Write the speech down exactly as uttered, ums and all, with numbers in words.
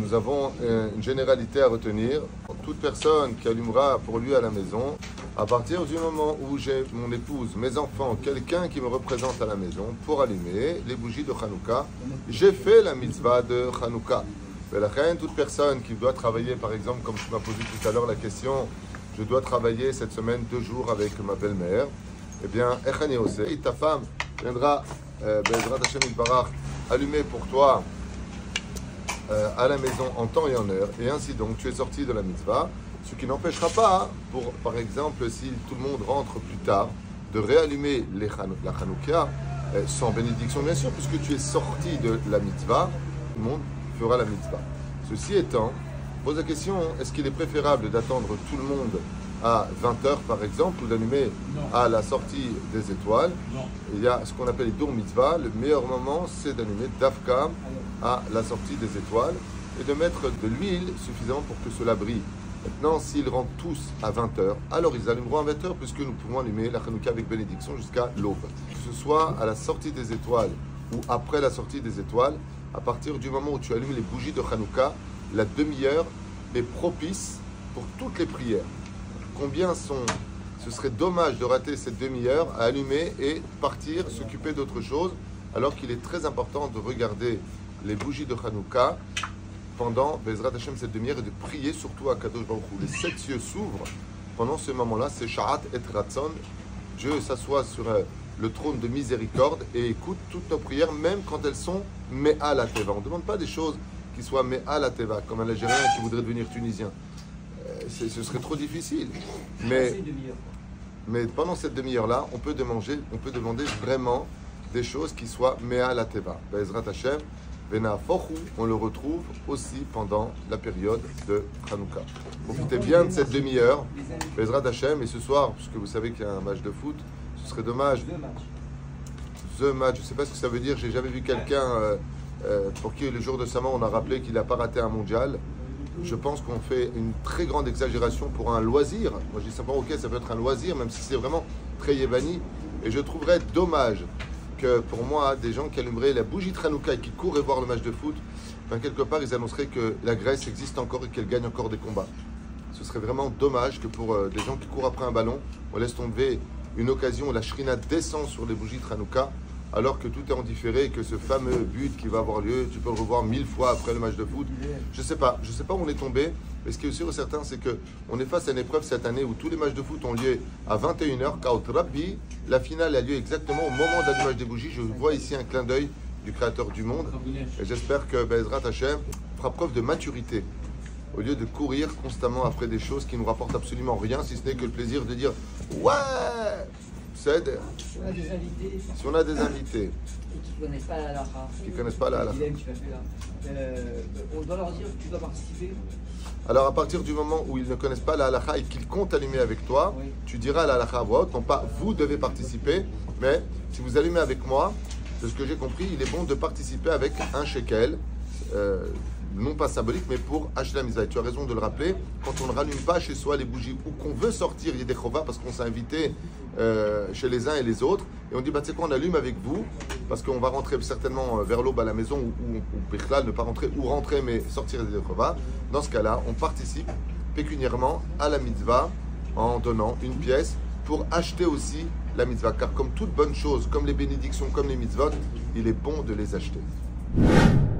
nous avons une généralité à retenir. Toute personne qui allumera pour lui à la maison, à partir du moment où j'ai mon épouse, mes enfants, quelqu'un qui me représente à la maison pour allumer les bougies de Hanouka, j'ai fait la mitzvah de Hanouka. Mais la reine, toute personne qui doit travailler, par exemple, comme tu m'as posé tout à l'heure la question, je dois travailler cette semaine deux jours avec ma belle-mère, eh bien, Echani Oseh, ta femme viendra, Be'ezrat Hashem Yitbarach, allumer pour toi euh, à la maison en temps et en heure, et ainsi donc tu es sorti de la mitzvah, ce qui n'empêchera pas, pour, par exemple, si tout le monde rentre plus tard, de réallumer les Hanou, la Hanouka, euh, sans bénédiction bien sûr, puisque tu es sorti de la mitzvah, tout le monde fera la mitzvah. Ceci étant, pose la question, est-ce qu'il est préférable d'attendre tout le monde à vingt heures par exemple, ou d'allumer à la sortie des étoiles? Non. Il y a ce qu'on appelle les dour mitzvah. Le meilleur moment, c'est d'allumer Dafka à la sortie des étoiles et de mettre de l'huile suffisamment pour que cela brille. Maintenant, s'ils rentrent tous à vingt heures, alors ils allumeront à vingt heures puisque nous pouvons allumer la Hanouka avec bénédiction jusqu'à l'aube. Que ce soit à la sortie des étoiles ou après la sortie des étoiles, à partir du moment où tu allumes les bougies de Hanouka, la demi-heure est propice pour toutes les prières. Combien sont... Ce serait dommage de rater cette demi-heure à allumer et partir s'occuper d'autre chose, alors qu'il est très important de regarder les bougies de Hanouka pendant Be'ezrat Hashem cette demi-heure et de prier surtout à Kadosh Baruch Hu. Les sept cieux s'ouvrent pendant ce moment-là, c'est Sha'at et Ratzon. Dieu s'assoit sur le trône de miséricorde et écoute toutes nos prières, même quand elles sont Me'al Ateva. On ne demande pas des choses qui soient Me'al Ateva, comme un Algérien qui voudrait devenir Tunisien. Ce serait trop difficile. Mais, mais pendant cette demi-heure-là, on peut demander, on peut demander vraiment des choses qui soient Me'al Ateva. Be'ezrat Hashem, Vena Fochu, on le retrouve aussi pendant la période de Hanouka. Profitez bien de cette demi-heure, Be'ezrat Hashem, et ce soir, puisque vous savez qu'il y a un match de foot, ce serait dommage. The match, je ne sais pas ce que ça veut dire, j'ai jamais vu quelqu'un euh, euh, pour qui le jour de sa mort on a rappelé qu'il n'a pas raté un mondial. Je pense qu'on fait une très grande exagération pour un loisir. Moi je dis simplement, ok, ça peut être un loisir, même si c'est vraiment très yévani. Et je trouverais dommage que pour moi, des gens qui allumeraient la bougie de Hanouka et qui courraient voir le match de foot, ben, quelque part ils annonceraient que la Grèce existe encore et qu'elle gagne encore des combats. Ce serait vraiment dommage que pour euh, des gens qui courent après un ballon, on laisse tomber une occasion où la shrina descend sur les bougies de Hanouka, alors que tout est en différé et que ce fameux but qui va avoir lieu, tu peux le revoir mille fois après le match de foot. Je ne sais pas, je ne sais pas où on est tombé, mais ce qui est sûr et certain, c'est qu'on est face à une épreuve cette année où tous les matchs de foot ont lieu à vingt et une heures, Kaut Rabbi, la finale a lieu exactement au moment d'allumage des bougies. Je vois ici un clin d'œil du Créateur du monde, et j'espère que Be'ezrat Hashem fera preuve de maturité, au lieu de courir constamment après des choses qui ne nous rapportent absolument rien, si ce n'est que le plaisir de dire « Ouais !» C'est si on a des invités, si on a des invités et qui ne connaissent pas la halakha, qui connaissent pas la halakha, euh, on doit leur dire que tu dois participer. Alors à partir du moment où ils ne connaissent pas la halakha et qu'ils comptent allumer avec toi, oui, tu diras la halakha à voix haute, non pas vous devez participer, mais si vous allumez avec moi, de ce que j'ai compris, il est bon de participer avec un shekel, euh, non pas symbolique, mais pour acheter la mitzvah. Tu as raison de le rappeler, quand on ne rallume pas chez soi les bougies ou qu'on veut sortir Yedei Chova parce qu'on s'est invité euh, chez les uns et les autres, et on dit, bah, tu sais quoi, on allume avec vous, parce qu'on va rentrer certainement vers l'aube à la maison, ou, ou, ou Bichlal, ne pas rentrer, ou rentrer, mais sortir Yedei Chova. Dans ce cas-là, on participe pécuniairement à la mitzvah en donnant une pièce pour acheter aussi la mitzvah. Car comme toute bonne chose, comme les bénédictions, comme les mitzvot, il est bon de les acheter.